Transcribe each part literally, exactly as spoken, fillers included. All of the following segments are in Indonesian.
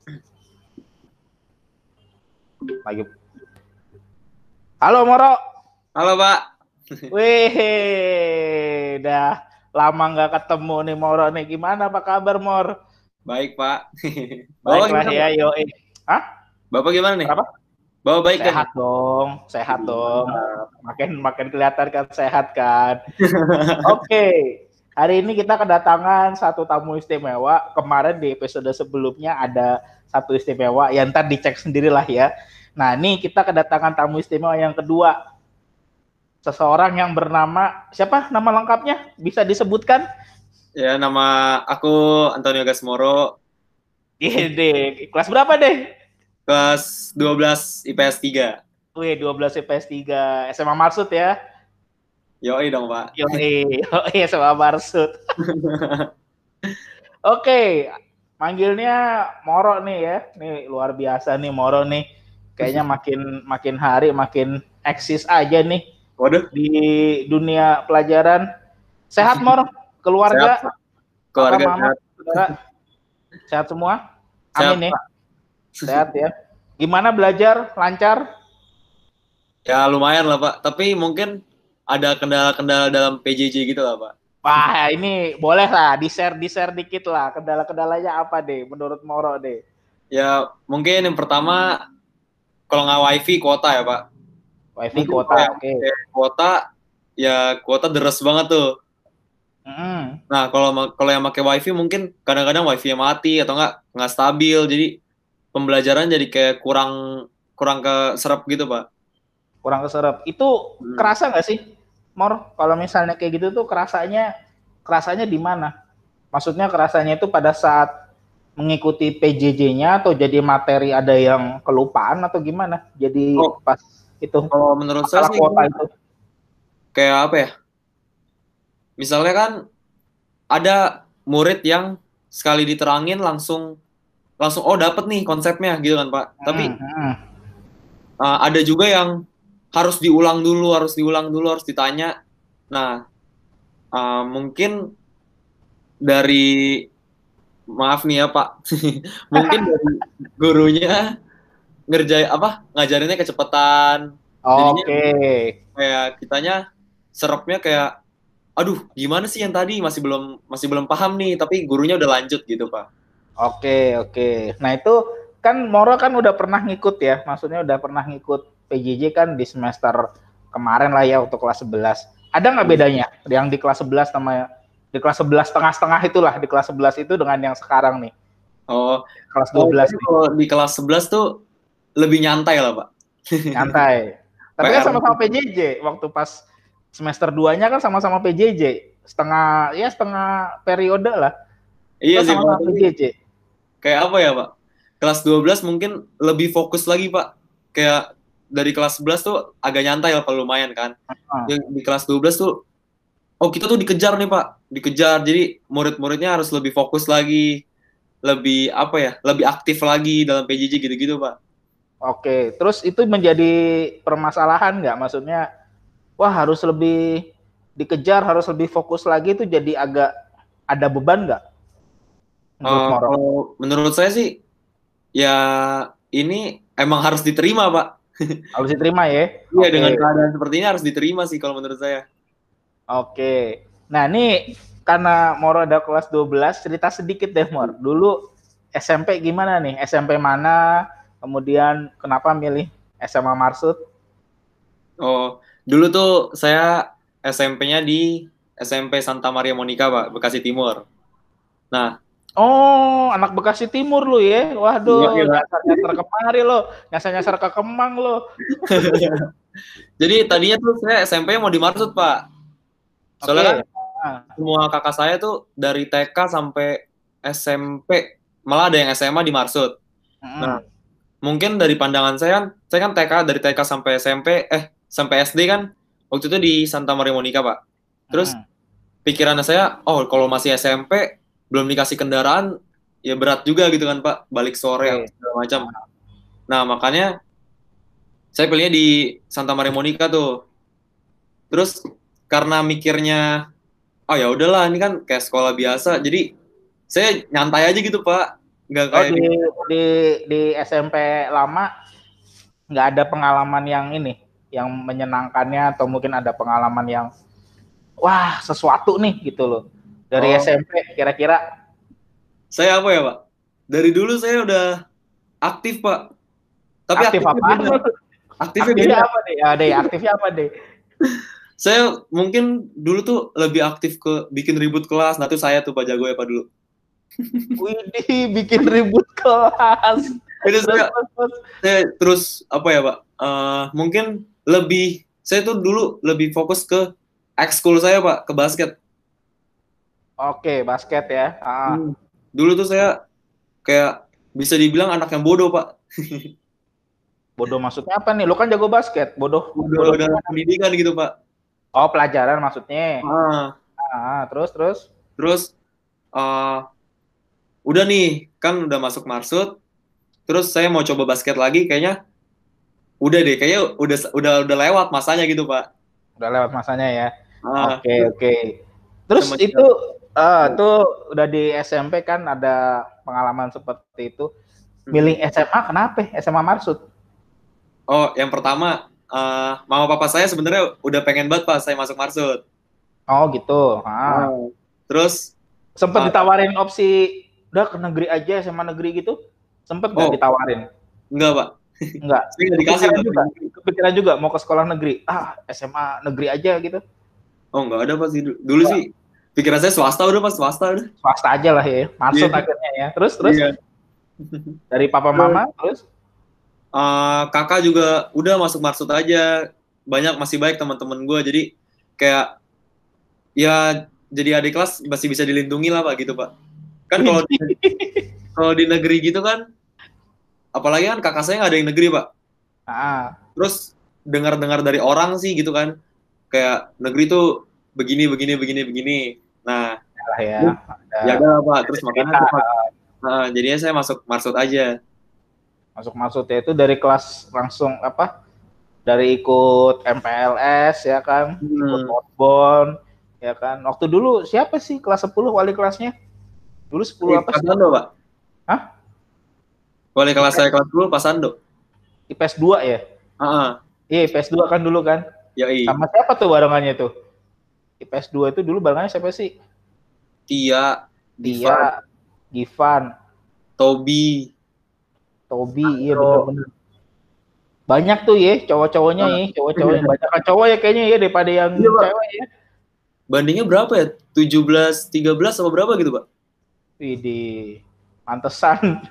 Lagi. Halo Moro. Halo Pak. Wih, udah lama nggak ketemu nih Moro nih. Gimana apa kabar Mor? Baik Pak. Bapak Baiklah gimana ya, Pak? yo. Hah? Bapak gimana nih? Berapa? Bapak baik kan nih? Sehat dong, sehat Widih, dong. mantap. Makin makin kelihatan kan sehat kan. Oke, hari ini kita kedatangan satu tamu istimewa. Kemarin di episode sebelumnya ada satu istimewa, ya ntar dicek sendirilah ya. Nah, ini kita kedatangan tamu istimewa yang kedua. Seseorang yang bernama, siapa nama lengkapnya? Bisa disebutkan? Ya, nama aku Antonio Gasmoro, Gede, kelas berapa deh? kelas dua belas I P S tiga. Wih, dua belas I P S tiga, S M A Marsud ya? Yoi dong Pak. Yoi, yoi S M A Marsud. Oke, manggilnya Moro nih ya. Nih luar biasa nih Moro nih. Kayaknya makin makin hari makin eksis aja nih Waduh, di dunia pelajaran. Sehat Moro? sehat Keluarga, Pak. papa, Keluarga mama, sehat. saudara, sehat semua? Sehat Amin ya. Pak. Sehat ya. Gimana belajar? Lancar? Ya lumayan lah Pak, tapi mungkin ada kendala-kendala dalam P J J gitu lah Pak. Wah, ini boleh lah di-share di-share dikit lah. Kendala-kendalanya apa deh menurut Moro deh? Ya mungkin yang pertama, kalau nggak wifi kuota ya Pak. Wifi Mungkin kuota, kalau yang oke. Okay. pakai kuota, ya kuota deres banget tuh. Mm-hmm. Nah, kalau kalau yang pakai wifi mungkin kadang-kadang wifi yang mati atau nggak nggak stabil, jadi pembelajaran jadi kayak kurang kurang keserap gitu, Pak. Kurang keserap. Itu Hmm. kerasa nggak sih, Mor? Kalau misalnya kayak gitu tuh kerasanya kerasanya di mana? Maksudnya kerasanya itu pada saat mengikuti P J J-nya atau jadi materi ada yang kelupaan atau gimana? Jadi Oh, pas itu kalau menurut saya masalah sih kuota itu. kayak apa ya? Misalnya kan ada murid yang sekali diterangin langsung langsung oh dapat nih konsepnya gitu kan, Pak. Hmm, Tapi hmm. uh, ada juga yang harus diulang dulu, harus diulang dulu, harus ditanya. Nah, uh, mungkin dari maaf nih ya Pak, mungkin dari gurunya ngerjain apa ngajarinnya kecepatan, jadinya Oke. kayak kitanya serapnya kayak aduh gimana sih yang tadi masih belum masih belum paham nih, tapi gurunya udah lanjut gitu Pak. Oke, oke. Nah, itu kan Moro kan udah pernah ngikut ya. Maksudnya udah pernah ngikut P J J kan di semester kemarin lah ya untuk kelas sebelas. Ada nggak bedanya yang di kelas sebelas sama di kelas sebelas setengah-setengah itulah di kelas sebelas itu dengan yang sekarang nih, Oh, kelas dua oh belas tapi nih, kalau di kelas sebelas tuh lebih nyantai lah Pak. nyantai. Tapi kan P R sama-sama P J J waktu pas semester dua-nya kan sama-sama P J J. Setengah ya setengah periode lah. iya Kita sih Pak, sama-sama tapi P J J. kayak apa ya Pak, kelas dua belas mungkin lebih fokus lagi Pak, kayak dari kelas sebelas tuh agak nyantai lah kalau lumayan kan. Hmm. Yang di kelas dua belas tuh oh kita tuh dikejar nih Pak, dikejar. Jadi murid-muridnya harus lebih fokus lagi, lebih apa ya, lebih aktif lagi dalam P J J gitu-gitu Pak. Oke, terus itu menjadi permasalahan nggak? Maksudnya, wah harus lebih dikejar, harus lebih fokus lagi itu jadi agak ada beban nggak menurut Uh, Moro? kalau menurut saya sih ya ini emang harus diterima Pak. Harus diterima ya? Iya dengan Oke, keadaan seperti ini harus diterima sih kalau menurut saya. oke. Nah ini karena Moro ada kelas dua belas, cerita sedikit deh Mor. Dulu S M P gimana nih? S M P mana? Kemudian kenapa milih S M A Marsud? Oh dulu tuh saya S M P-nya di S M P Santa Maria Monica Pak, Bekasi Timur. Nah, Oh, anak Bekasi Timur lu ya? iya, Waduh, iya. nyasar-nyasar kemari lo, nyasar-nyasar ke Kemang lo. Jadi tadinya tuh saya S M P mau di Marsud Pak. Soalnya kan Oke. Nah, semua kakak saya tuh dari T K sampai S M P, malah ada yang S M A di Marsud. Nah, mm, mungkin dari pandangan saya kan, saya kan T K dari T K sampai S M P, eh sampai S D kan, waktu itu di Santa Maria Monica Pak. Terus mm. pikiran saya, oh kalau masih S M P belum dikasih kendaraan, ya berat juga gitu kan Pak, balik sore apa Oke. segala macam. Nah makanya saya pilihnya di Santa Maria Monica tuh. Terus karena mikirnya oh ya udahlah ini kan kayak sekolah biasa jadi saya nyantai aja gitu Pak, nggak Oh kayak di di di S M P lama nggak ada pengalaman yang ini, yang menyenangkannya atau mungkin ada pengalaman yang wah sesuatu nih gitu loh dari oh S M P kira-kira. saya apa ya Pak? Dari dulu saya udah aktif Pak, tapi Aktif aktifnya apa? beda. Aktifnya Aktifnya beda. apa deh? Ya deh, aktifnya apa deh? Saya mungkin dulu tuh lebih aktif ke bikin ribut kelas. Nah itu saya tuh Pak jago ya Pak dulu. Widih, bikin ribut kelas. Itu Terus, saya, terus, terus. saya terus apa ya Pak? Eh, mungkin lebih saya tuh dulu lebih fokus ke ekskul saya Pak, ke basket. Oke, basket ya. Ah. Hmm. Dulu tuh saya kayak bisa dibilang anak yang bodoh Pak. Bodoh maksudnya apa nih? Lu kan jago basket. Bodoh, bodoh Bodoh dalam gimana? pendidikan gitu Pak. Oh, pelajaran maksudnya. Ah, Ah, terus, terus. terus eh, udah nih kan udah masuk marsud. Terus saya mau coba basket lagi, kayaknya udah deh, kayaknya udah udah udah lewat masanya gitu Pak. Udah lewat masanya ya. Ah, Oke, oke. Terus itu semenjak ah tuh udah di S M P kan ada pengalaman seperti itu. Milih S M A kenapa? S M A Marsud. oh, yang pertama, eh, mama papa saya sebenarnya udah pengen banget pas saya masuk Marsud. Oh, gitu. Ah. Oh. Terus, Sempet eh, ditawarin opsi udah ke negeri aja, S M A negeri gitu. Sempet nggak oh, ditawarin? enggak Pak. Enggak. Saya nggak dikasih Kepikiran Pak. juga. Kepikiran juga mau ke sekolah negeri. Ah, S M A negeri aja gitu. Oh, enggak ada Pak sih. Dulu sih, pikiran saya swasta udah Pak, swasta udah. Swasta aja lah ya. Marsud Iya. akhirnya ya. Terus terus Iya. dari papa mama terus Eh, kakak juga udah masuk Marsud aja. Banyak masih baik teman-teman gue. Jadi kayak ya jadi adik kelas masih bisa dilindungi lah Pak gitu Pak. Kan kalau di, kalau di negeri gitu kan, apalagi kan kakak saya nggak ada yang negeri Pak. ah, Terus dengar-dengar dari orang sih gitu kan, kayak negeri tuh begini begini begini begini. Nah, lah ya. ya Ada udah Pak. Terus makanya cerita. Pak, nah, jadinya saya masuk Marsud aja. Masuk maksudnya itu dari kelas langsung apa? Dari ikut M P L S ya kan, ikut Hmm. outbound ya kan. Waktu dulu siapa sih kelas sepuluh wali kelasnya? Dulu sepuluh Eh, apa Pak sih? Sando Pak. Hah? Wali kelas saya kelas dulu Pak Sando. I P S dua ya? Ah, Iya, I P S dua kan dulu kan. yoi. Sama siapa tuh barengannya tuh? I P S dua itu dulu barengannya siapa sih? Tia, Divan, Dia, Givan, Tobi. Tobi, iya Andro. bener-bener. Banyak tuh ya cowok-cowoknya Ah. ya, cowok-cowok yang banyak kan cowok ya kayaknya ya daripada yang Iya, Pak. cewek ya. Bandingnya berapa ya? tujuh belas, tiga belas sama berapa gitu, Pak? Widih, pantesan,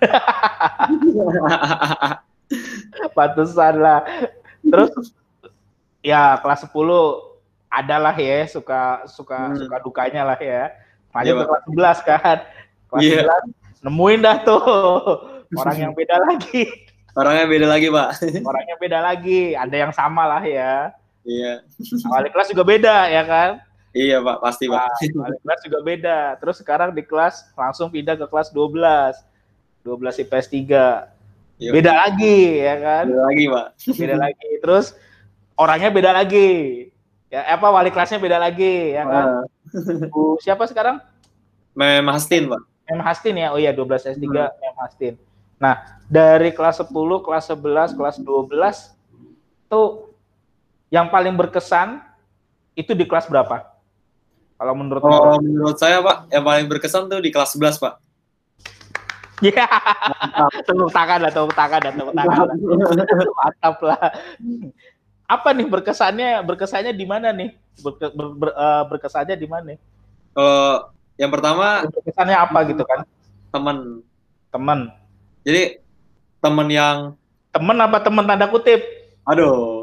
pantesan lah. Terus ya kelas sepuluh adalah ya suka suka Hmm. suka dukanya lah ya. Lanjut Iya, ke Pak. kelas sebelas kan. Kelas Iya. sebelas nemuin dah tuh orang yang beda lagi. Orangnya beda lagi, Pak. Orangnya beda lagi, ada yang sama lah ya. Iya. Wali kelas juga beda ya kan. Iya, Pak, pasti, Pak. Nah, wali kelas juga beda. Terus sekarang di kelas langsung pindah ke kelas dua belas. dua belas I P S tiga. Iya. Beda lagi ya kan. Beda lagi, Pak. Beda lagi. Terus orangnya beda lagi. Ya apa wali kelasnya beda lagi ya kan. Ah. Bu siapa sekarang? Mem Hastin, Pak. Mem Hastin ya. Oh iya dua belas S tiga hmm. Mem Hastin. Nah, dari kelas sepuluh, kelas sebelas, kelas dua belas tuh yang paling berkesan itu di kelas berapa? Kalau menurut Oh, menurut saya, Pak, yang paling berkesan tuh di kelas sebelas, Pak. Ya, tepuk tangan lah, tepuk tangan lah, tepuk tangan lah. Mantap lah. Apa nih berkesannya? Berkesannya di mana nih? Berke, ber, ber, uh, berkesannya di mana? Kalau yang pertama berkesannya apa gitu kan? Teman. Teman. Jadi teman yang teman apa teman tanda kutip? Aduh.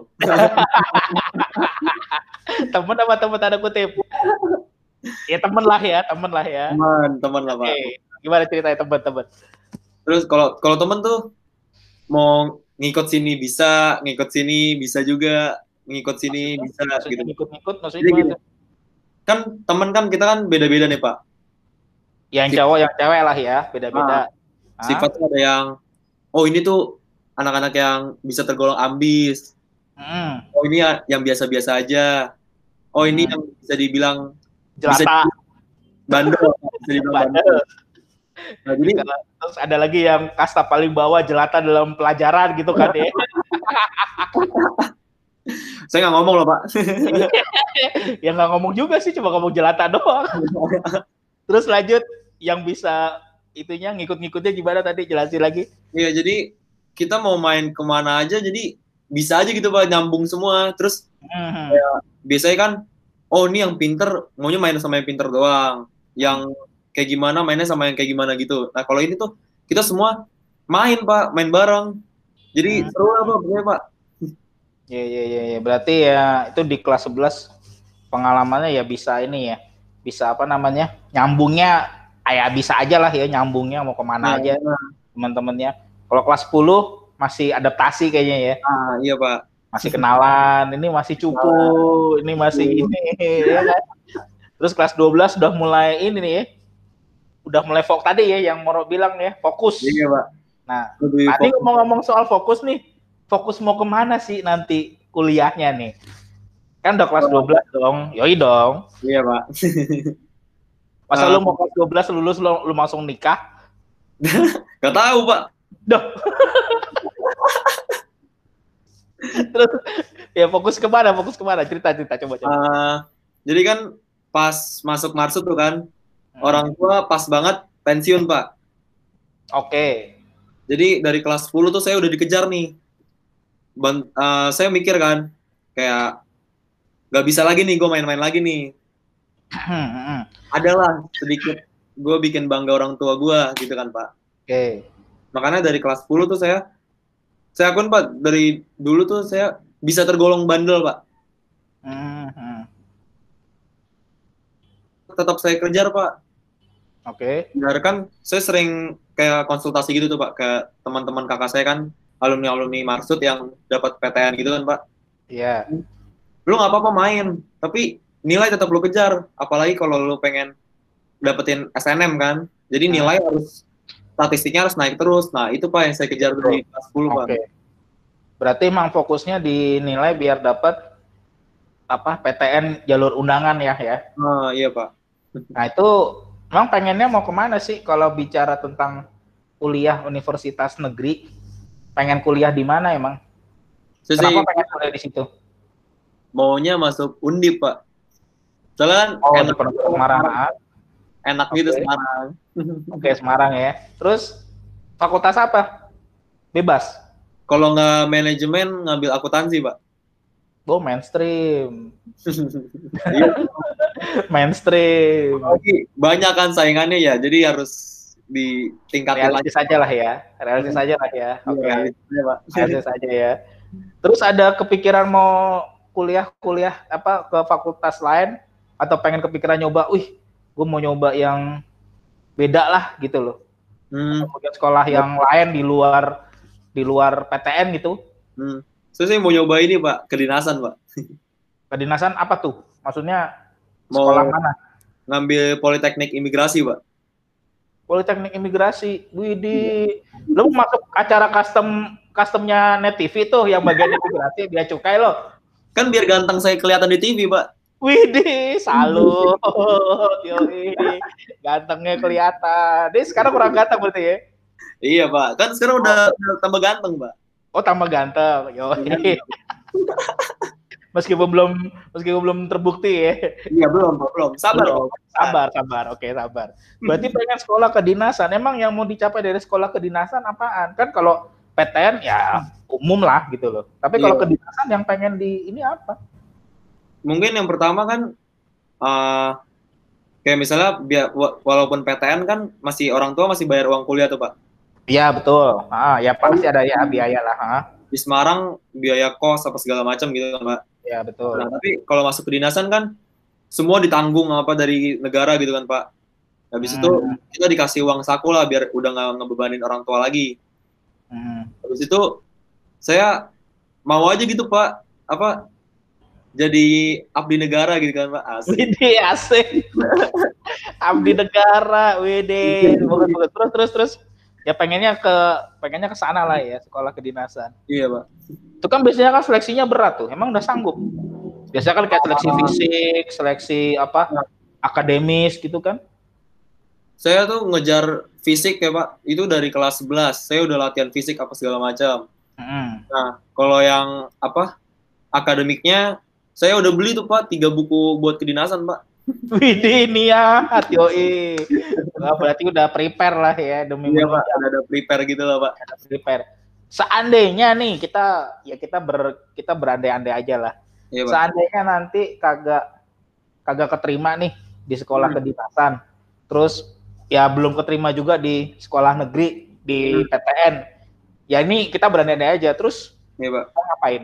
Teman apa teman tanda kutip? Ya teman lah ya, teman lah ya. Teman, teman lah, Pak. Oke. Gimana ceritanya teman-teman? Terus kalau kalau teman tuh mau ngikut sini bisa, ngikut sini bisa juga, ngikut sini maksudnya, bisa maksudnya gitu. Ngikut-ngikut maksudnya Jadi gimana? Gitu. Kan teman kan kita kan beda-beda nih, Pak. Yang Sifat. Cowok yang cewek lah ya, beda-beda. Ah, sifatnya ada yang oh ini tuh anak-anak yang bisa tergolong ambis. Hmm. Oh ini yang biasa-biasa aja. Oh ini hmm. yang bisa dibilang jelata, bisa bandel, bisa dibilang bandel. Nah, jadi terus ada lagi yang kasta paling bawah jelata dalam pelajaran gitu kan ya. Saya nggak ngomong loh Pak. Ya nggak ngomong juga sih, cuma ngomong jelata doang. Terus lanjut, yang bisa itunya ngikut-ngikutnya gimana tadi, jelasin lagi. Iya, jadi kita mau main kemana aja, jadi bisa aja gitu Pak, nyambung semua. Terus Hmm. kayak, biasanya kan, oh ini yang pinter, maunya main sama yang pinter doang. Yang kayak gimana mainnya sama yang kayak gimana gitu. Nah kalau ini tuh kita semua main Pak, main bareng. Jadi Hmm. seru lah Pak, bener, Pak. Iya, iya, iya, ya. Berarti ya itu di kelas sebelas pengalamannya ya bisa ini ya, bisa apa namanya, nyambungnya ya bisa aja lah ya, nyambungnya mau kemana Nah, aja nah. teman-temannya. Kalau kelas sepuluh masih adaptasi kayaknya ya. Ah, iya Pak. Masih kenalan, ini masih cupu, ini masih ini ya kan. Terus kelas dua belas udah mulai ini nih ya, udah mulai fokus tadi ya yang Moro bilang ya, fokus. Iya Pak. Nah, tadi ngomong-ngomong soal fokus nih, fokus mau kemana sih nanti kuliahnya nih? Kan udah kelas dua belas dong, yoi dong. Iya Pak. Masa uh, lu mau kelas dua belas lulus lu, lu langsung nikah? Gak tahu Pak. Duh. Terus ya fokus kemana? Fokus kemana? Cerita-cerita coba coba. Uh, jadi kan pas masuk Marsud tuh kan, hmm. orang tua pas banget pensiun Pak. Oke. Okay. Jadi dari kelas sepuluh tuh saya udah dikejar nih. Ben, uh, saya mikir kan, kayak gak bisa lagi nih gue main-main lagi nih. Adalah sedikit gue bikin bangga orang tua gue gitu kan Pak. Oke. Okay. Makanya dari kelas sepuluh tuh saya, saya akun Pak, dari dulu tuh saya bisa tergolong bandel Pak. Mm-hmm. Tetap saya kejar Pak. Oke. Okay. Benar kan, saya sering kayak konsultasi gitu tuh Pak ke teman-teman kakak saya kan, alumni-alumni Marsud yang dapat P T N gitu kan Pak. Iya. Yeah. Lu nggak apa-apa main, tapi nilai tetap lu kejar. Apalagi kalau lu pengen dapetin S N M kan, jadi nilai hmm. harus statistiknya harus naik terus. Nah itu Pak yang saya kejar dari kelas sepuluh Pak. Okay. Berarti emang fokusnya di nilai biar dapat apa P T N jalur undangan ya ya. Oh, iya Pak. Nah itu emang pengennya mau kemana sih kalau bicara tentang kuliah universitas negeri? Pengen kuliah di mana emang? So, Kenapa sih, pengen kuliah di situ? Maunya masuk Undip Pak. Soalnya kan oh, enak di Semarang. Enak okay. gitu Semarang. Oke okay, Semarang ya. Terus fakultas apa? Bebas. Kalau nggak manajemen ngambil akuntansi Pak. Oh mainstream. Mainstream. Banyak kan saingannya ya, jadi harus ditingkatin realistis lagi. Aja lah ya, realistis hmm. aja lah ya. Oke. Okay. Ya, realistis aja ya. Terus ada kepikiran mau kuliah-kuliah apa ke fakultas lain atau pengen kepikiran nyoba, wih, gue mau nyoba yang beda lah gitu loh. Hmm. Atau sekolah yang lain di luar di luar P T N gitu. Hmm. So, saya mau nyoba ini Pak, kedinasan Pak. Kedinasan apa tuh? Maksudnya mau sekolah mana? Ngambil Politeknik Imigrasi Pak. Politeknik Imigrasi, widih. Lu masuk acara custom customnya Net T V tuh yang bagian imigrasi dia cukai lo. Kan biar ganteng saya kelihatan di T V Pak. Widih, salut. Yoi. Gantengnya kelihatan. Dia sekarang kurang ganteng berarti ya? Iya Pak, kan sekarang udah, oh. udah tambah ganteng Pak. Oh tambah ganteng, yoi. meskipun belum meskipun belum terbukti ya. Iya belum, belum. Sabar, belum. sabar, sabar. Oke, sabar. Berarti pengen sekolah kedinasan. Emang yang mau dicapai dari sekolah kedinasan apaan? Kan kalau P T N ya umum lah gitu loh. Tapi kalau iya. kedinasan yang pengen di ini apa? Mungkin yang pertama kan uh, kayak misalnya biar walaupun P T N kan masih orang tua masih bayar uang kuliah tuh Pak. Iya betul. Ah, ya pasti ada ya biaya lah. Ha? Di Semarang biaya kos apa segala macam gitu kan Pak. Iya betul. Nah, tapi kalau masuk kedinasan kan semua ditanggung apa dari negara gitu kan Pak. Habis hmm. itu kita dikasih uang saku lah biar udah nggak ngebebanin orang tua lagi. Hmm. Habis itu saya mau aja gitu Pak, apa jadi abdi negara gitu kan Pak. Asik. Widih asik. Abdi negara, widih. Terus terus terus. Ya pengennya ke pengennya ke sana lah ya, sekolah kedinasan. Iya Pak. Itu kan biasanya kan seleksinya berat tuh. Emang udah sanggup? Biasanya kan kayak seleksi fisik, seleksi apa akademis gitu kan? saya tuh ngejar fisik ya Pak, itu dari kelas sebelas. Saya udah latihan fisik apa segala macam. Hmm. Nah, kalau yang apa akademiknya, saya udah beli tuh Pak, tiga buku buat kedinasan Pak. Widih niat, yoi. Wah, berarti udah prepare lah ya demi Iya Pak, menunjang. udah ada prepare gitu lah Pak. Udah prepare. Seandainya nih kita ya kita ber kita berandai-andai aja lah. Iya Pak. Seandainya nanti kagak kagak keterima nih di sekolah Hmm. kedinasan, terus ya belum keterima juga di sekolah negeri di Hmm. P T N. Ya ini kita berandai-andai aja. Terus Iya Pak. kita ngapain?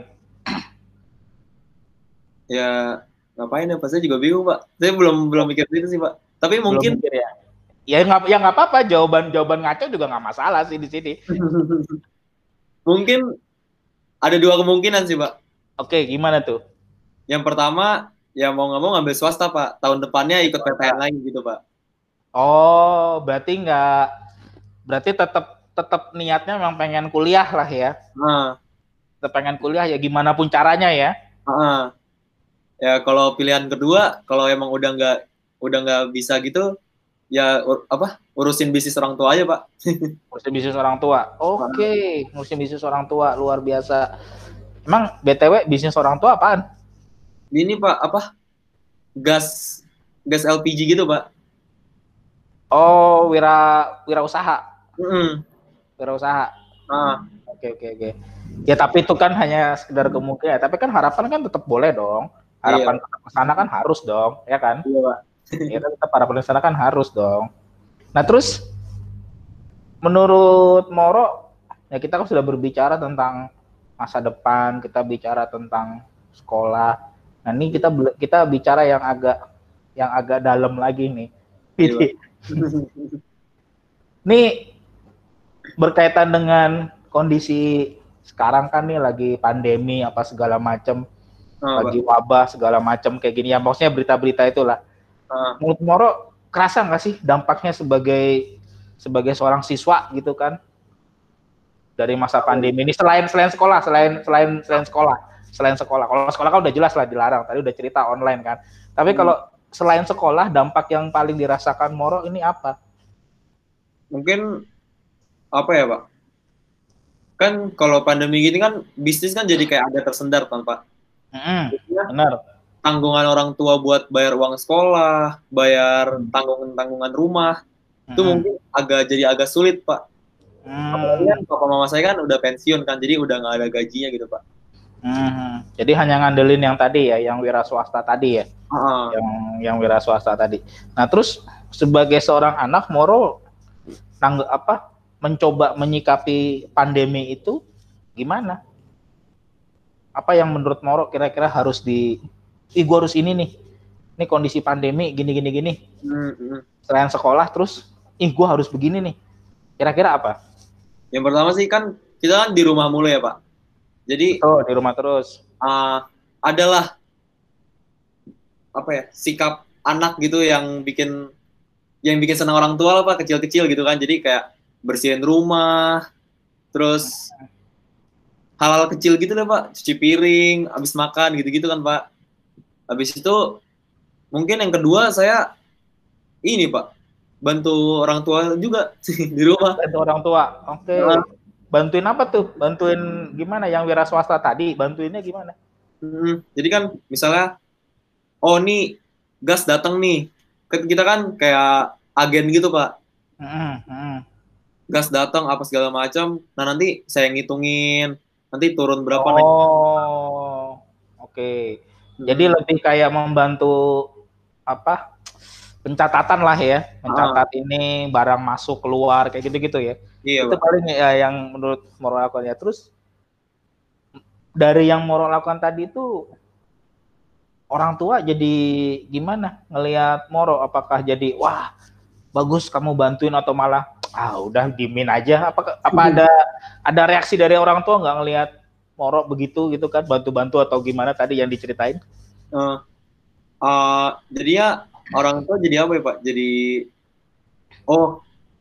Ya ngapain ya? Pak saya juga bingung Pak. Saya belum belum mikir itu sih Pak. Tapi Belum mungkin mikir ya. Ya nggak ya nggak apa-apa, jawaban jawaban ngaco juga nggak masalah sih di sini. mungkin ada dua kemungkinan sih Pak. Oke, gimana tuh? Yang pertama ya mau nggak mau ngambil swasta Pak. Tahun depannya ikut P T N lagi gitu Pak. Oh, berarti nggak, berarti tetap tetap niatnya memang pengen kuliah lah ya. Nah, Tetap pengen kuliah ya gimana pun caranya ya. uh, ya kalau pilihan kedua, kalau emang udah nggak udah nggak bisa gitu, ya ur, apa urusin bisnis orang tua aja Pak. Ngurusin bisnis orang tua. Oke, okay. Ngurusin bisnis orang tua luar biasa. Emang B T W bisnis orang tua apaan? Ini Pak apa gas gas L P G gitu Pak. Oh, wira wira usaha. Mm-hmm. Wira usaha. Ah. Oke oke oke. Ya tapi itu kan hanya sekedar kemungkinan. Tapi kan harapan kan tetap boleh dong. Harapan Iya. ke sana kan harus dong, ya kan? Iya Pak. Ya tetap harapan ke sana kan harus dong. Nah terus menurut Moro, ya kita kan sudah berbicara tentang masa depan, kita bicara tentang sekolah. Nah ini kita kita bicara yang agak yang agak dalam lagi nih. Iya, Ini berkaitan dengan kondisi sekarang kan nih lagi pandemi apa segala macam, oh, lagi wabah segala macam kayak gini ya, maksudnya berita-berita itulah. Uh. Menurut Moro kerasa nggak sih dampaknya sebagai sebagai seorang siswa gitu kan dari masa pandemi ini, selain selain sekolah, selain selain selain sekolah, selain sekolah. Kalau sekolah kan udah jelas lah dilarang, tadi udah cerita online kan. Tapi hmm. kalau selain sekolah, dampak yang paling dirasakan Moro ini apa? Mungkin apa ya Pak? Kan kalau pandemi gini kan bisnis kan jadi kayak agak tersendat kan Pak. Mm-hmm. Benar. Tanggungan orang tua buat bayar uang sekolah, bayar tanggungan-tanggungan rumah, mm-hmm. itu mungkin agak jadi agak sulit Pak. Mm. Apalagi kan papa mama saya kan udah pensiun kan, jadi udah nggak ada gajinya gitu Pak. Mm-hmm. Jadi hanya ngandelin yang tadi ya, yang wira swasta tadi ya, uh-huh. yang yang wira swasta tadi. Nah terus sebagai seorang anak Moro nang apa mencoba menyikapi pandemi itu gimana? Apa yang menurut Moro kira-kira harus di, ih gue harus ini nih, ini kondisi pandemi gini gini gini. Mm-hmm. Selain sekolah terus, ih gue harus begini nih. Kira-kira apa? Yang pertama sih kan kita kan di rumah mulu ya Pak. Jadi oh di rumah terus. Uh, adalah apa ya sikap anak gitu yang bikin yang bikin senang orang tua lah Pak, kecil-kecil gitu kan. Jadi kayak bersihin rumah, terus hal-hal kecil gitu deh Pak, cuci piring, habis makan gitu-gitu kan Pak. Habis itu mungkin yang kedua saya ini Pak, bantu orang tua juga di rumah. Bantu orang tua, oke. Okay. Nah, bantuin apa tuh? Bantuin gimana? Yang wira swasta tadi, bantuinnya gimana? Hmm, jadi kan misalnya, oh nih gas datang nih, kita kan kayak agen gitu Pak. Mm-hmm. Gas datang apa segala macam, nah nanti saya ngitungin nanti turun berapa. Oh, oke. Okay. Hmm. Jadi lebih kayak membantu apa? Pencatatan lah ya, mencatat ah. ini barang masuk keluar kayak gitu-gitu ya. Iya, itu Pak. Paling ya yang menurut Moro lakukan ya. Terus dari yang Moro lakukan tadi itu orang tua jadi gimana ngelihat Moro? Apakah jadi wah bagus kamu bantuin atau malah ah udah dimin aja? Apa apa ada ada reaksi dari orang tua nggak ngelihat Moro begitu gitu kan, bantu-bantu atau gimana tadi yang diceritain? Uh, uh, jadinya orang tua jadi apa ya Pak? Jadi oh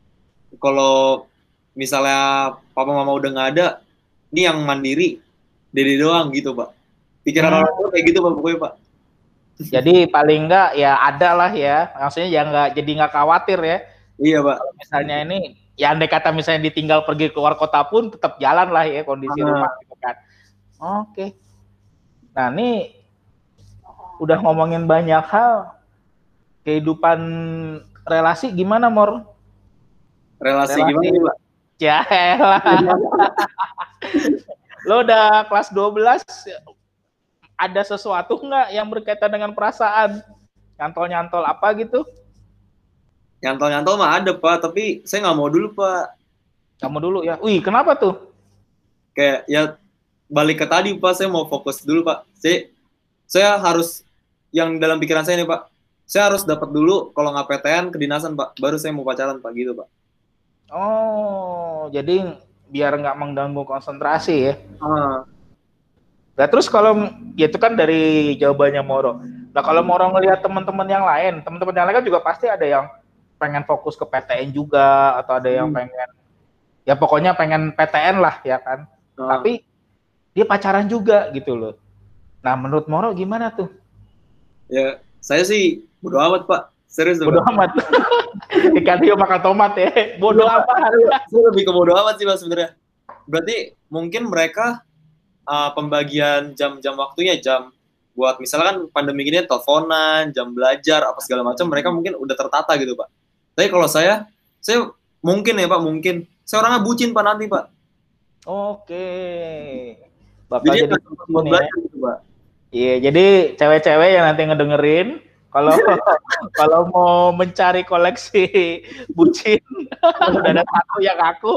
kalau misalnya papa mama udah nggak ada, ini yang mandiri dede doang gitu Pak. Pikiran hmm. orang tua kayak gitu Pak pokoknya Pak. Jadi paling enggak ya ada lah ya, maksudnya ya nggak jadi nggak khawatir ya. Iya, Pak. Kalau misalnya ini, ya andai kata misalnya ditinggal pergi keluar kota pun tetap jalan lah ya kondisi Ah. rumah gitu kan. Oke. Nah ini udah ngomongin banyak hal, kehidupan relasi gimana Mor? Relasi, Relasi gimana nih, Pak? ya elah. Lo udah kelas dua belas, ada sesuatu nggak yang berkaitan dengan perasaan? Nyantol-nyantol apa gitu? Nyantol-nyantol mah ada, Pak, tapi saya nggak mau dulu, Pak. Kamu dulu ya. Wih, kenapa tuh? Kayak ya balik ke tadi, Pak, saya mau fokus dulu, Pak. Saya saya harus yang dalam pikiran saya nih, Pak. Saya harus dapat dulu kalau nggak P T N kedinasan, Pak. Baru saya mau pacaran, Pak, gitu, Pak. Oh, jadi biar nggak mengganggu konsentrasi ya. Ah. Nah, terus kalau ya itu kan dari jawabannya Moro. Nah, kalau Moro ngelihat teman-teman yang lain, teman-teman yang lain kan juga pasti ada yang pengen fokus ke P T N juga, atau ada yang Hmm. pengen, ya pokoknya pengen P T N lah ya kan. Ah. Tapi dia pacaran juga gitu loh. Nah, menurut Moro gimana tuh? Ya, saya sih bodo amat, Pak. Serius, Bodo Pak. amat. Ikan hiu makan tomat ya. Bodo Iya, amat. saya lebih ke bodo amat sih, Pak, sebenarnya. Berarti mungkin mereka uh, pembagian jam-jam waktunya, jam buat misalkan pandemi gini teleponan, jam belajar, apa segala macam, mereka mungkin udah tertata gitu, Pak. Tapi kalau saya, saya mungkin ya, Pak, mungkin. Saya orangnya bucin, Pak, nanti, Pak. Oke. Bakal Jadi, jadi buat ya. belajar gitu, Pak. Iya, jadi cewek-cewek yang nanti ngedengerin, kalau kalau mau mencari koleksi bucin, udah ada satu yang aku.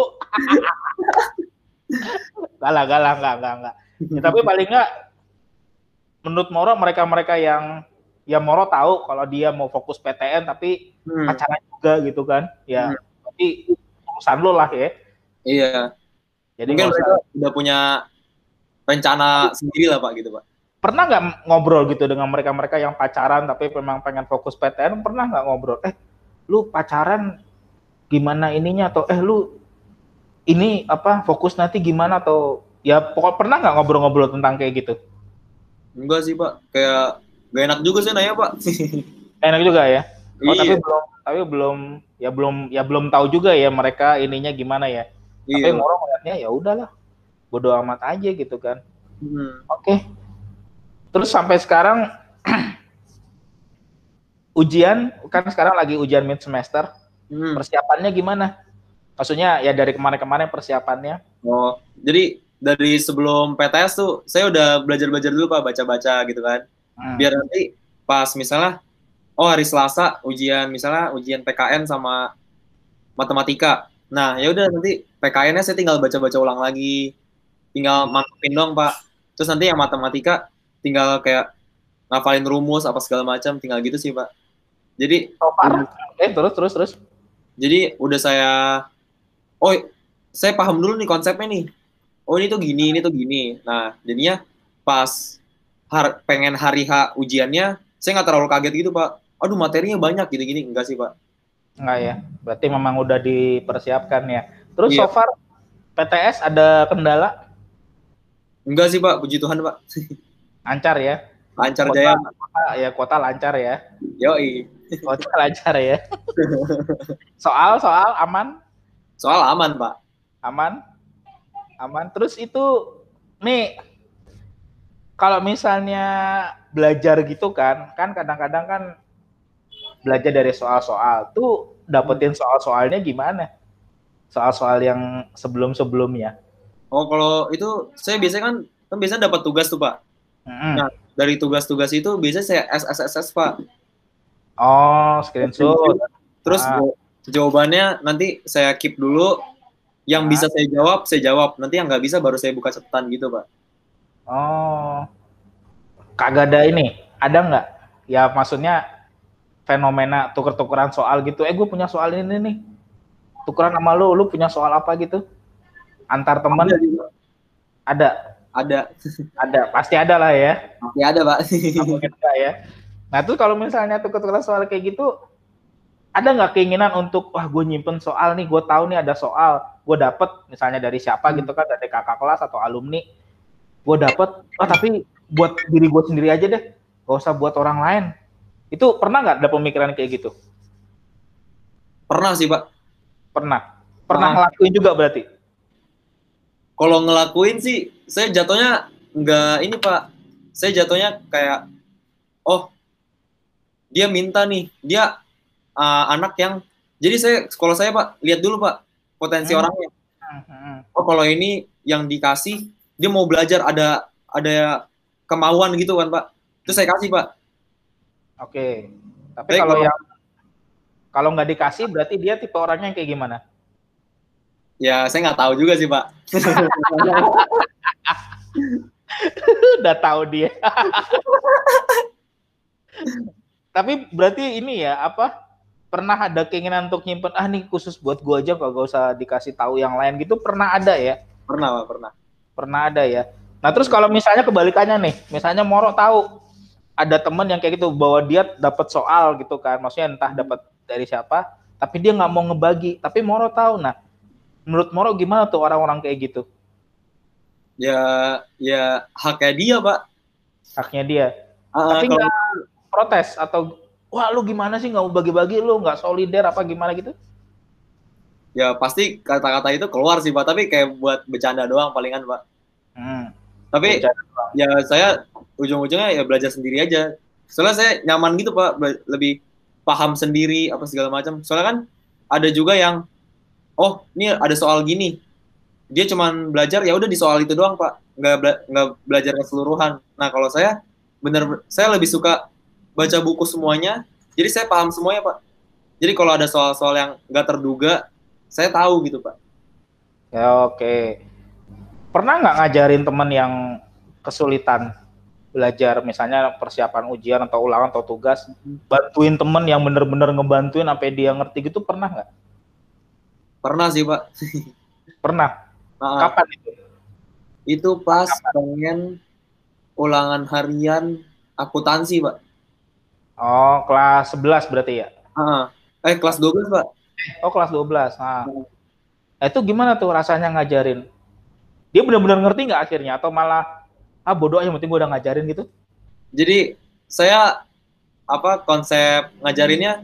Galah, galah, enggak, enggak, enggak. Ya, tapi paling enggak, menurut Moro, mereka-mereka yang, ya Moro tahu kalau dia mau fokus P T N, tapi Hmm. pacaran juga gitu kan. Ya, Hmm. tapi urusan lo lah ya. Iya. Jadi mungkin nggak mereka usah. udah punya rencana sendiri lah, Pak, gitu, Pak. Pernah nggak ngobrol gitu dengan mereka-mereka yang pacaran tapi memang pengen fokus P T N? Pernah nggak ngobrol? Eh, lu pacaran gimana ininya? Atau eh lu ini apa fokus nanti gimana? Atau ya pokok pernah nggak ngobrol-ngobrol tentang kayak gitu? Enggak sih, Pak. Kayak gak enak juga sih nanya, Pak. Enak juga ya. Oh, Iya. tapi belum, tapi belum, ya belum, ya belum tahu juga ya mereka ininya gimana ya. Tapi Iya. Moro ngeliatnya ya udahlah, bodo amat aja gitu kan. Hmm. Oke. Terus sampai sekarang ujian, kan sekarang lagi ujian mid semester. Hmm. Persiapannya gimana? Maksudnya ya dari kemarin-kemarin persiapannya. Oh, jadi dari sebelum P T S tuh saya udah belajar-belajar dulu, Pak, baca-baca gitu kan. Hmm. Biar nanti pas misalnya oh hari Selasa ujian misalnya ujian P K N sama matematika. Nah, ya udah nanti P K N-nya saya tinggal baca-baca ulang lagi. Tinggal mantepin dong, Pak. Terus nanti yang matematika tinggal kayak ngafalin rumus apa segala macam, tinggal gitu sih, Pak. Jadi So far, eh terus terus terus. Jadi udah saya oh saya paham dulu nih konsepnya nih. Oh ini tuh gini, ini tuh gini. Nah jadinya pas har, pengen hari H ujiannya, saya nggak terlalu kaget gitu, Pak. Aduh materinya banyak gini-gini. Enggak sih, Pak. Enggak ya, berarti memang udah dipersiapkan ya. Terus Iya. so far P T S ada kendala? Enggak sih, Pak, puji Tuhan, Pak. Lancar ya? Lancar Kota, jaya. kota, ya kota lancar ya. Yoi. Kota lancar ya. Soal soal aman? Soal aman, Pak. Aman? Aman. Terus itu nih kalau misalnya belajar gitu kan, kan kadang-kadang kan belajar dari soal-soal tuh dapetin soal-soalnya gimana? Soal-soal yang sebelum-sebelumnya. Oh, kalau itu saya biasanya kan kan biasanya dapat tugas tuh, Pak. Mm-hmm. Nah, dari tugas-tugas itu biasanya saya S S S S, Pak. Oh, screenshot. Terus ah. jawabannya nanti saya keep dulu. Yang ah. bisa saya jawab, saya jawab. Nanti yang nggak bisa baru saya buka catatan gitu, Pak. Oh, kagak ada ini. Ada nggak? Ya maksudnya fenomena tuker-tukeran soal gitu. Eh, gue punya soal ini nih. Tukeran sama lu, lu punya soal apa gitu? Antar teman? Ada. Ada. Ada. Ada. Pasti ada lah ya. Pasti ada, Pak. Mungkin enggak ya. Nah, terus kalau misalnya tuker-tukeran soal kayak gitu, ada nggak keinginan untuk, wah gue nyimpen soal nih, gue tahu nih ada soal, gue dapet misalnya dari siapa hmm. gitu kan, dari kakak kelas atau alumni, gue dapet, oh tapi buat diri gue sendiri aja deh, gak usah buat orang lain. Itu pernah nggak ada pemikiran kayak gitu? Pernah sih, Pak. Pernah. Pernah Nah, ngelakuin juga berarti? kalau ngelakuin sih, saya jatuhnya nggak ini, Pak. Saya jatuhnya kayak, oh, dia minta nih, dia uh, anak yang, jadi saya, sekolah saya, Pak, lihat dulu, Pak, potensi Hmm. orangnya. Hmm. Oh, kalau ini yang dikasih, dia mau belajar, ada ada kemauan gitu kan, Pak. Itu saya kasih, Pak. Oke. Tapi Tapi kalau kalau yang kalau nggak dikasih berarti dia tipe orangnya yang kayak gimana? ya saya nggak tahu juga sih, Pak. Udah tahu dia. Tapi berarti ini ya apa? Pernah ada keinginan untuk nyimpen ah nih khusus buat gua aja kok gak usah dikasih tahu yang lain gitu, pernah ada ya? Pernah, Pak, pernah. Pernah ada ya. Nah, terus Hmm. kalau misalnya kebalikannya nih, misalnya Moro tahu ada temen yang kayak gitu bahwa dia dapat soal gitu kan, maksudnya entah dapat dari siapa, tapi dia nggak mau ngebagi, tapi Moro tahu. Nah, menurut Moro gimana tuh orang-orang kayak gitu? Ya, ya haknya dia, Pak. Haknya dia. Uh, Tapi kalau nggak protes atau wah lu gimana sih nggak mau bagi-bagi, lu nggak solider apa gimana gitu? ya pasti kata-kata itu keluar sih, Pak. Tapi kayak buat bercanda doang palingan, Pak. Hmm. Tapi ya saya ujung-ujungnya ya belajar sendiri aja. Soalnya saya nyaman gitu, Pak, lebih paham sendiri apa segala macam. Soalnya kan ada juga yang oh, ini ada soal gini. Dia cuman belajar ya udah di soal itu doang, Pak. Nggak bela nggak belajar keseluruhan. Nah, kalau saya bener saya lebih suka baca buku semuanya. Jadi saya paham semuanya, Pak. Jadi kalau ada soal-soal yang nggak terduga, saya tahu gitu, Pak. Ya oke. Pernah nggak ngajarin teman yang kesulitan belajar, misalnya persiapan ujian atau ulangan atau tugas, bantuin temen yang bener-bener ngebantuin sampai dia ngerti gitu, pernah nggak? Pernah sih, Pak. Pernah. Nah, Kapan itu? itu pas pengen ulangan harian akuntansi, Pak. Oh, kelas sebelas berarti ya? Ah, eh kelas dua belas, Pak. Oh, kelas dua belas. Nah, itu gimana tuh rasanya ngajarin? Dia benar-benar ngerti nggak akhirnya? Atau malah, ah bodoh aja, yang penting gue udah ngajarin gitu? Jadi, saya, apa, konsep ngajarinnya,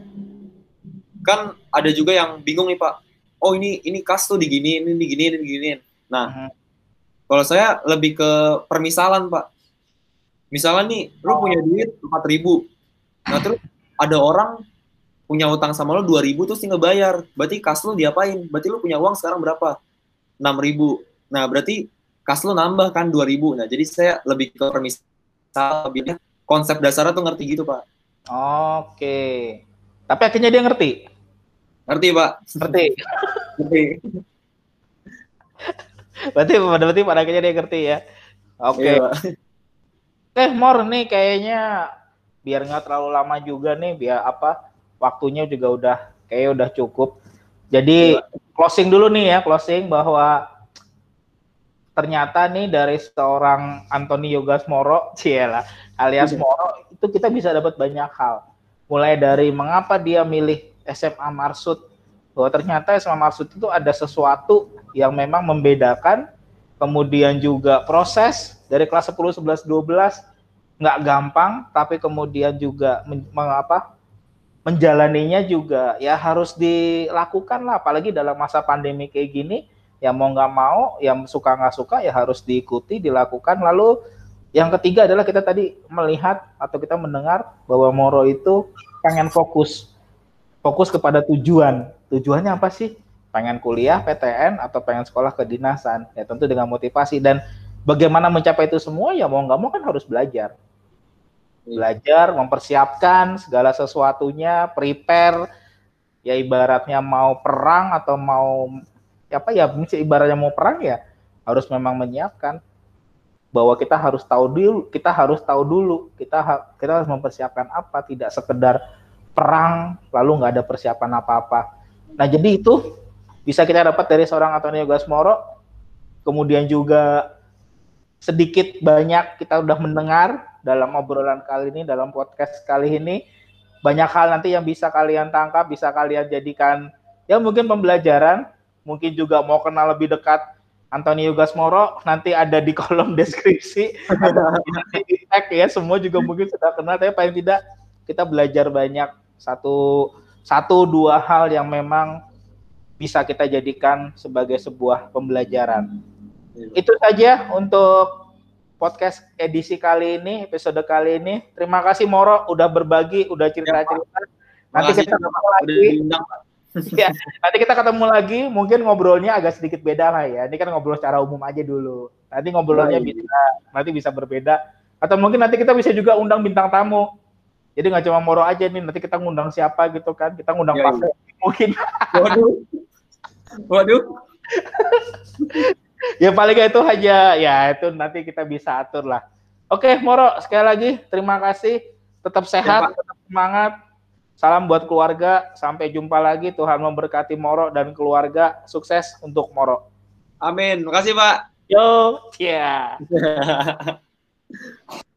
kan ada juga yang bingung nih, Pak. Oh, ini ini kas tuh diginiin, ini diginiin, ini diginiin. Nah, uh-huh. Kalau saya lebih ke permisalan, Pak. Misalnya nih, lu punya duit empat ribu. Nah, terus ada orang punya utang sama lu dua ribu terus tinggal bayar. Berarti kas lu diapain? Berarti lu punya uang sekarang berapa? enam ribu. Nah, berarti kas lu nambah kan dua ribu. Nah, jadi saya lebih ke permisalan. Konsep dasarnya tuh ngerti gitu, Pak. Oke. Tapi akhirnya dia ngerti? Ngerti, Pak. Ngerti? Ngerti. Berarti, berarti pada akhirnya dia ngerti ya? Oke. Iya, Eh, Mor, nih kayaknya biar nggak terlalu lama juga nih, biar apa, waktunya juga udah kayaknya udah cukup. Jadi iya. Closing dulu nih ya, closing bahwa ternyata nih dari seorang Antoni Yogas Moro, cielah, alias Moro, itu kita bisa dapat banyak hal. Mulai dari mengapa dia milih S M A Marsud, bahwa ternyata S M A Marsud itu ada sesuatu yang memang membedakan, kemudian juga proses dari kelas sepuluh, sebelas, dua belas nggak gampang, tapi kemudian juga men, mengapa menjalaninya juga ya harus dilakukan lah, apalagi dalam masa pandemi kayak gini, ya mau nggak mau, yang suka nggak suka ya harus diikuti, dilakukan. Lalu yang ketiga adalah kita tadi melihat atau kita mendengar bahwa Moro itu pengen fokus, fokus kepada tujuan. Tujuannya apa sih? Pengen kuliah, P T N, atau pengen sekolah kedinasan. Ya tentu dengan motivasi. Dan bagaimana mencapai itu semua, ya mau nggak mau kan harus belajar. Belajar, mempersiapkan segala sesuatunya, prepare, ya ibaratnya mau perang atau mau, apa ya, ibaratnya mau perang ya harus memang menyiapkan. Bahwa kita harus tahu dulu, kita harus tahu dulu, kita kita harus mempersiapkan apa, tidak sekedar perang lalu nggak ada persiapan apa-apa. Nah, jadi itu bisa kita dapat dari seorang Antoni Yogas Moro. Kemudian juga sedikit banyak kita udah mendengar dalam obrolan kali ini, dalam podcast kali ini, banyak hal nanti yang bisa kalian tangkap, bisa kalian jadikan ya mungkin pembelajaran, mungkin juga mau kenal lebih dekat Antoni Yogas Moro, nanti ada di kolom deskripsi, ada di tag ya, semua juga mungkin sudah kenal, tapi paling tidak kita belajar banyak satu satu dua hal yang memang bisa kita jadikan sebagai sebuah pembelajaran. Itu saja untuk podcast edisi kali ini, episode kali ini. Terima kasih Moro udah berbagi, udah cerita-cerita. Nanti kita ketemu lagi. Ya, nanti kita ketemu lagi, mungkin ngobrolnya agak sedikit beda lah ya. Ini kan ngobrol secara umum aja dulu. Nanti ngobrolnya bisa nanti bisa berbeda. Atau mungkin nanti kita bisa juga undang bintang tamu. Jadi nggak cuma Moro aja nih, nanti kita ngundang siapa gitu kan. Kita ngundang ya, Pak ya. Mungkin. Waduh. Waduh. Ya paling itu aja. Ya itu nanti kita bisa atur lah. Oke, Moro, sekali lagi terima kasih. Tetap sehat, ya, tetap semangat. Salam buat keluarga. Sampai jumpa lagi. Tuhan memberkati Moro dan keluarga. Sukses untuk Moro. Amin. Makasih, Pak. Yo, yeah.